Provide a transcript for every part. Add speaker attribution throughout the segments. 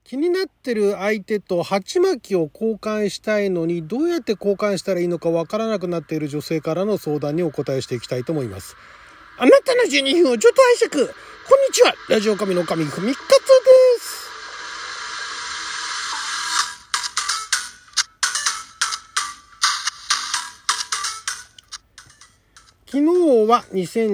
Speaker 1: 気になってる相手と鉢巻きを交換したいのにどうやって交換したらいいのかわからなくなっている女性からの相談にお答えしていきたいと思います。あなたの12分をちょっと拝借。こんにちは。ラジオ神の神ふみかつです。昨日は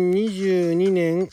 Speaker 1: 2022年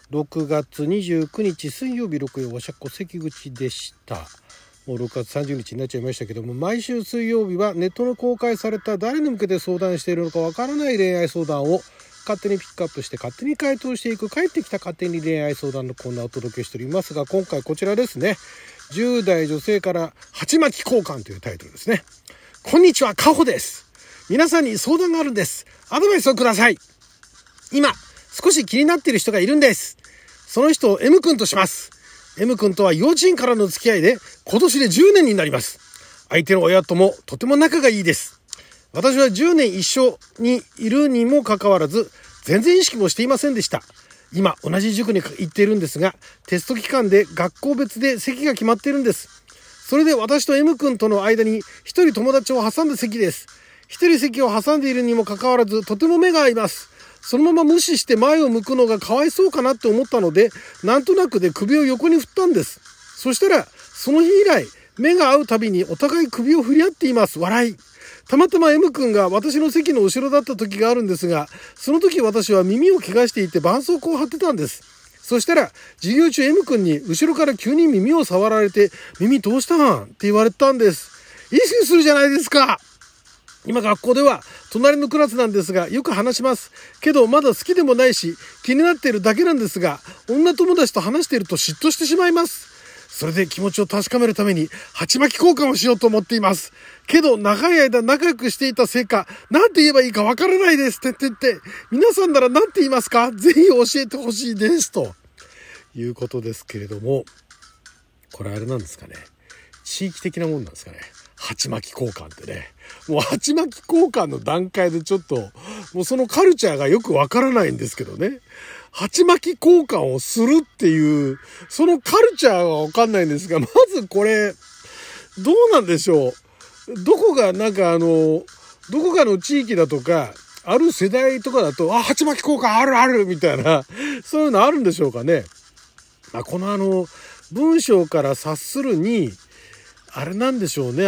Speaker 1: 6月29日水曜日6曜おしゃっこ関口でした。もう6月30日になっちゃいましたけども、毎週水曜日はネットの公開された誰に向けて相談しているのかわからない恋愛相談を勝手にピックアップして勝手に回答していく、帰ってきた勝手に恋愛相談のコーナーをお届けしておりますが、今回こちらですね。10代女性から鉢巻き交換というタイトルですね。こんにちは、かほです。皆さんに相談があるんです。アドバイスをください。今少し気になっている人がいるんです。その人を M 君とします。M 君とは幼稚園からの付き合いで今年で10年になります。相手の親ともとても仲がいいです。私は10年一緒にいるにもかかわらず全然意識もしていませんでした。今同じ塾に行っているんですが、テスト期間で学校別で席が決まっているんです。それで私と M 君との間に一人友達を挟んだ席です。一人席を挟んでいるにもかかわらずとても目が合います。そのまま無視して前を向くのがかわいそうかなって思ったので、なんとなくで首を横に振ったんです。そしたらその日以来目が合うたびにお互い首を振り合っています。笑い。たまたま M 君が私の席の後ろだった時があるんですが、その時私は耳を怪我していて絆創膏を貼ってたんです。そしたら授業中 M 君に後ろから急に耳を触られて、耳どうしたんって言われたんです。意識するじゃないですか。今学校では隣のクラスなんですがよく話しますけど、まだ好きでもないし気になっているだけなんですが、女友達と話していると嫉妬してしまいます。それで気持ちを確かめるために鉢巻き交換をしようと思っています。けど長い間仲良くしていたせいか、なんて言えばいいかわからないです。皆さんならなんて言いますか？ぜひ教えてほしいですということですけれども、これあれなんですかね、地域的なもんなんですかね。鉢巻き交換ってね、もう鉢巻き交換の段階でちょっともうそのカルチャーがよくわからないんですけどね、鉢巻き交換をするっていうそのカルチャーはわかんないんですが、まずこれどうなんでしょう。どこかなんかどこかの地域だとかある世代とかだと、鉢巻き交換あるあるみたいな、そういうのあるんでしょうかね。この文章から察するにあれなんでしょうね。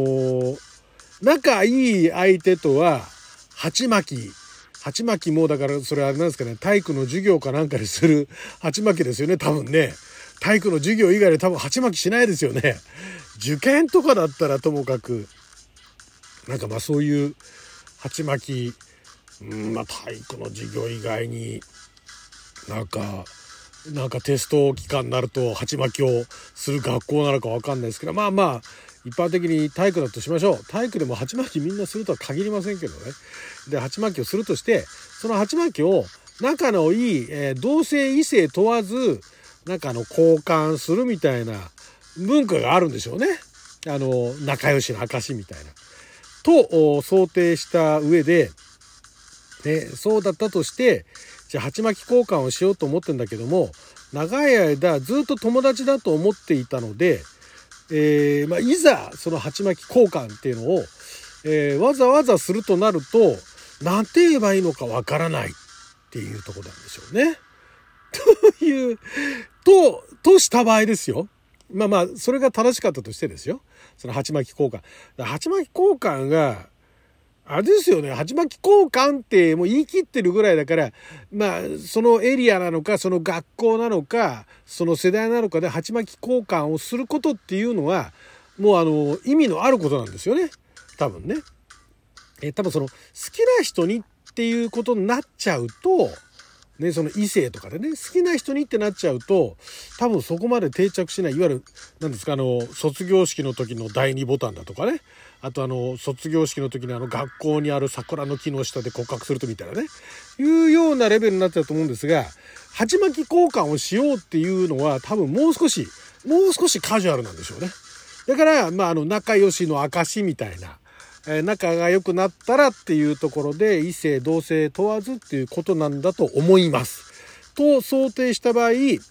Speaker 1: 仲いい相手とは鉢巻きもだからそれあれなんですかね、体育の授業かなんかでする鉢巻きですよね、多分ね。体育の授業以外で多分鉢巻きしないですよね。受験とかだったらともかくなんかそういう鉢巻き、体育の授業以外になんかテスト期間になると鉢巻きをする学校なのかわかんないですけど、一般的に体育だとしましょう。体育でも鉢巻きみんなするとは限りませんけどね。で鉢巻きをするとして、その鉢巻きを仲のいい、同性異性問わず交換するみたいな文化があるんでしょうね。仲良しの証みたいなと想定した上で、そうだったとして、じゃあ鉢巻き交換をしようと思ってんだけども、長い間ずっと友達だと思っていたので、いざその鉢巻き交換っていうのを、わざわざするとなると、なんて言えばいいのかわからないっていうところなんでしょうね。というとした場合ですよ。それが正しかったとしてですよ。その鉢巻き交換。鉢巻き交換があれですよね。鉢巻き交換ってもう言い切ってるぐらいだから、そのエリアなのか、その学校なのか、その世代なのかで鉢巻き交換をすることっていうのは、もう意味のあることなんですよね。多分ね。多分その好きな人にっていうことになっちゃうと、ね、その異性とかでね、好きな人にってなっちゃうと、多分そこまで定着しない、いわゆる、なんですか、卒業式の時の第2ボタンだとかね、あと卒業式の時に学校にある桜の木の下で告白するとみたいなね、いうようなレベルになっちゃうと思うんですが、鉢巻き交換をしようっていうのは多分もう少しカジュアルなんでしょうね。だから、仲良しの証みたいな、仲が良くなったらっていうところで異性同性問わずっていうことなんだと思います。と想定した場合、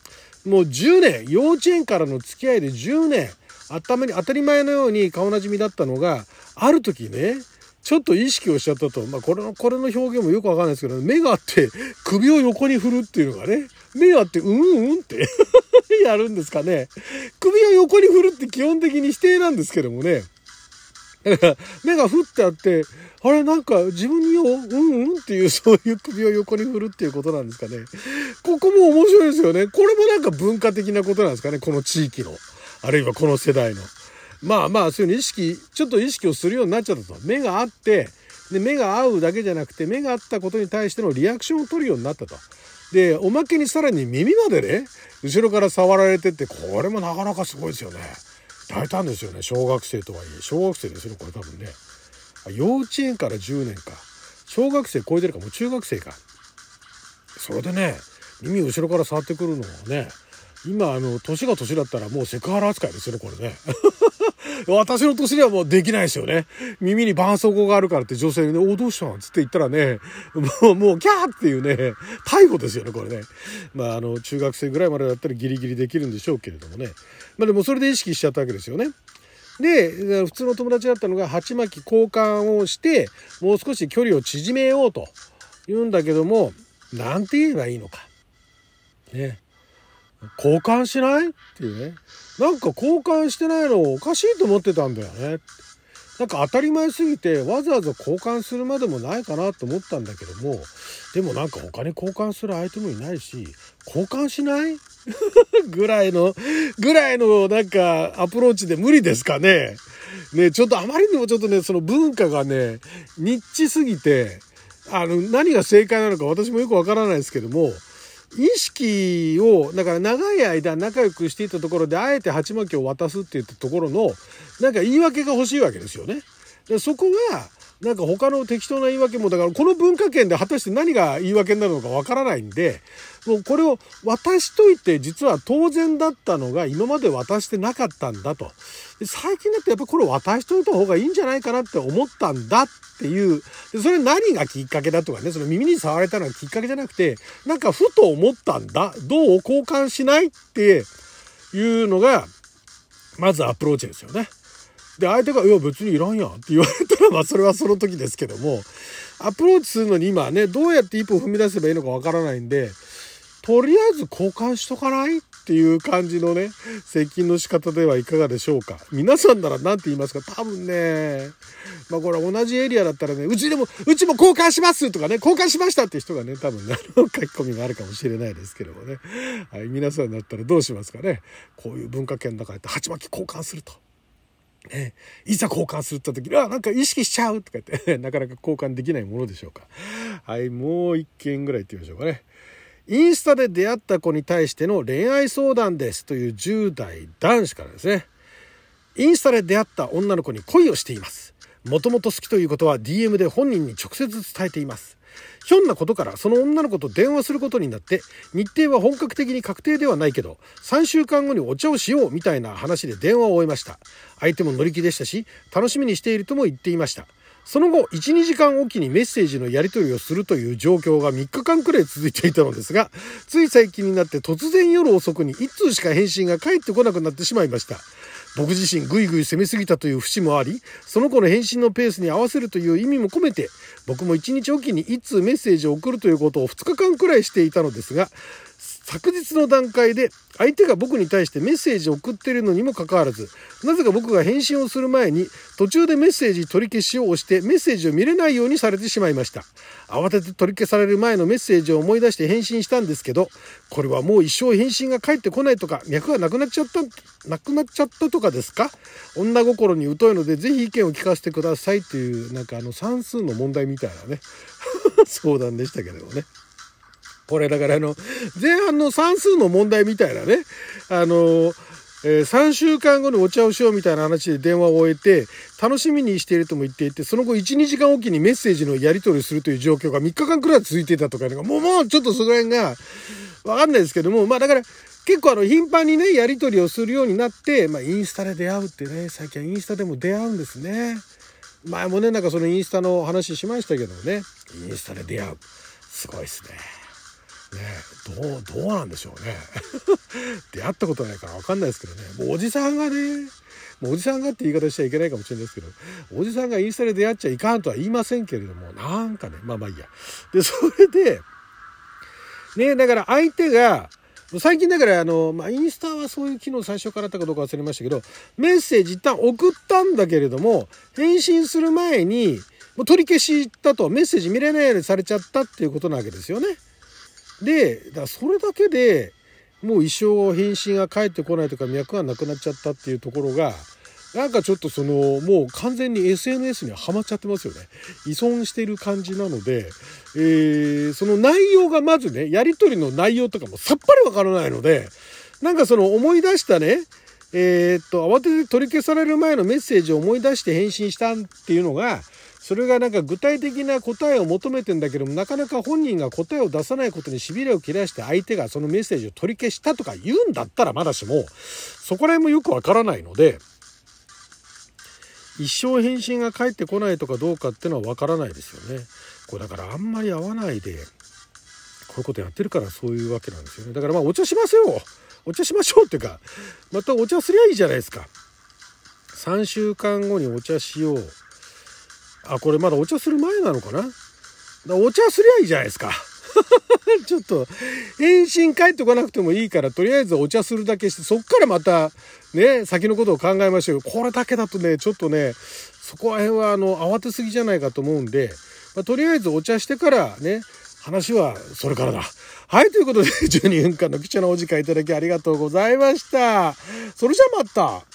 Speaker 1: もう10年、幼稚園からの付き合いで10年、当たり前のように顔なじみだったのが、ある時ね、ちょっと意識をしちゃったと。これの表現もよくわかんないですけど、目があって首を横に振るっていうのがね、目があってってやるんですかね。首を横に振るって基本的に否定なんですけどもね。だから目がふってあって、あれなんか自分にっていう、そういう首を横に振るっていうことなんですかね。ここも面白いですよね。これもなんか文化的なことなんですかね。この地域の、あるいはこの世代の。そういうちょっと意識をするようになっちゃったと。目があって、で、目が合うだけじゃなくて、目が合ったことに対してのリアクションを取るようになったと。で、おまけにさらに耳までね、後ろから触られてって、これもなかなかすごいですよね。大胆ですよね。小学生とはいえ。小学生ですよ、これ多分ね。幼稚園から10年か。小学生超えてるか、もう中学生か。それでね、耳後ろから触ってくるのはね、今年が年だったらもうセクハラ扱いですよね、これね。私の年ではもうできないですよね。耳に絆創膏があるからって女性にね、どうしたんつって言ったらね、もうキャーっていうね、逮捕ですよね、これね。中学生ぐらいまでだったらギリギリできるんでしょうけれどもね。でもそれで意識しちゃったわけですよね。で、普通の友達だったのが鉢巻き交換をして、もう少し距離を縮めようと言うんだけども、なんて言えばいいのか。ね。交換しないっていうね。なんか交換してないのおかしいと思ってたんだよね。なんか当たり前すぎてわざわざ交換するまでもないかなと思ったんだけども、でもなんか他に交換する相手もいないし、交換しないぐらいのなんかアプローチで無理ですかね。ね、ちょっとあまりにもちょっとね、その文化がね、ニッチすぎて、何が正解なのか私もよくわからないですけども、意識を、だから長い間仲良くしていたところで、あえて鉢巻きを渡すって言ったところの、なんか言い訳が欲しいわけですよね。でそこが、なんか他の適当な言い訳も、だからこの文化圏で果たして何が言い訳になるのかわからないんで、もうこれを渡しといて実は当然だったのが今まで渡してなかったんだと。で最近だってやっぱこれ渡しといた方がいいんじゃないかなって思ったんだっていう。でそれ何がきっかけだとかね、その耳に触れたのがきっかけじゃなくて、なんかふと思ったんだ。どう交換しないっていうのが、まずアプローチですよね。で、相手が、いや別にいらんやんって言われたら、それはその時ですけども、アプローチするのに今ね、どうやって一歩踏み出せばいいのかわからないんで、とりあえず交換しとかないっていう感じのね、接近の仕方ではいかがでしょうか。皆さんなら何て言いますか。多分ね、これ同じエリアだったらね、うちも交換しますとかね、交換しましたって人がね、多分書き込みがあるかもしれないですけどもね。はい、皆さんだったらどうしますかね。こういう文化圏の中で鉢巻き交換すると。ね、いざ交換するって時に、なんか意識しちゃうとか言ってなかなか交換できないものでしょうか。はい、もう一件ぐらい言ってみましょうかね。インスタで出会った子に対しての恋愛相談ですという10代男子からですね。インスタで出会った女の子に恋をしています。もともと好きということは DM で本人に直接伝えています。ひょんなことからその女の子と電話することになって、日程は本格的に確定ではないけど、3週間後にお茶をしようみたいな話で電話を終えました。相手も乗り気でしたし、楽しみにしているとも言っていました。その後、1、2時間おきにメッセージのやり取りをするという状況が3日間くらい続いていたのですが、つい最近になって突然夜遅くに1通しか返信が返ってこなくなってしまいました。僕自身ぐいぐい攻めすぎたという節もあり、その子の返信のペースに合わせるという意味も込めて、僕も1日おきに1通メッセージを送るということを2日間くらいしていたのですが、昨日の段階で相手が僕に対してメッセージを送っているのにもかかわらず、なぜか僕が返信をする前に途中でメッセージ取り消しを押してメッセージを見れないようにされてしまいました。慌てて取り消される前のメッセージを思い出して返信したんですけど、これはもう一生返信が返ってこないとか、脈がなくなっちゃったとかですか？女心に疎いのでぜひ意見を聞かせてくださいという、なんか算数の問題みたいなね相談でしたけれどもね。これだから前半の算数の問題みたいなね、3週間後にお茶をしようみたいな話で電話を終えて、楽しみにしているとも言っていて、その後1、2時間おきにメッセージのやり取りをするという状況が3日間くらい続いていたとかいうのが、もうちょっとその辺がわかんないですけども、だから結構頻繁にね、やり取りをするようになって、インスタで出会うってね、最近はインスタでも出会うんですね。前もね、なんかそのインスタの話しましたけどね、インスタで出会う。すごいですね。 どうなんでしょうね出会ったことないから分かんないですけどね。もうおじさんがって言い方しちゃいけないかもしれないですけど、おじさんがインスタで出会っちゃいかんとは言いませんけれども、なんかね、まあいいや。で、それでね、だから相手が最近だからインスタはそういう機能最初からあったかどうか忘れましたけど、メッセージ一旦送ったんだけれども、返信する前にもう取り消したと、メッセージ見れないようにされちゃったっていうことなわけですよね。で、だからそれだけでもう一生返信が返ってこないとか脈がなくなっちゃったっていうところが、なんかちょっともう完全に SNS にはハマっちゃってますよね。依存している感じなので、その内容がまずね、やり取りの内容とかもさっぱりわからないので、なんか思い出したね、慌てて取り消される前のメッセージを思い出して返信したっていうのが、それがなんか具体的な答えを求めてんだけども、なかなか本人が答えを出さないことに痺れを切らして相手がそのメッセージを取り消したとか言うんだったらまだしも、そこら辺もよくわからないので、一生返信が返ってこないとかどうかっていうのはわからないですよね。これだからあんまり会わないでこういうことやってるからそういうわけなんですよね。だからお茶しますよ。お茶しましょうっていうか、またお茶すりゃいいじゃないですか。3週間後にお茶しよう。これまだお茶する前なのかな。お茶すりゃいいじゃないですかちょっと返信返ってこなくてもいいから、とりあえずお茶するだけして、そっからまたね先のことを考えましょうよ。これだけだとねちょっとねそこら辺は慌てすぎじゃないかと思うんで、とりあえずお茶してからね話はそれからだ。はい、ということで12分間の貴重なお時間いただきありがとうございました。それじゃあまた。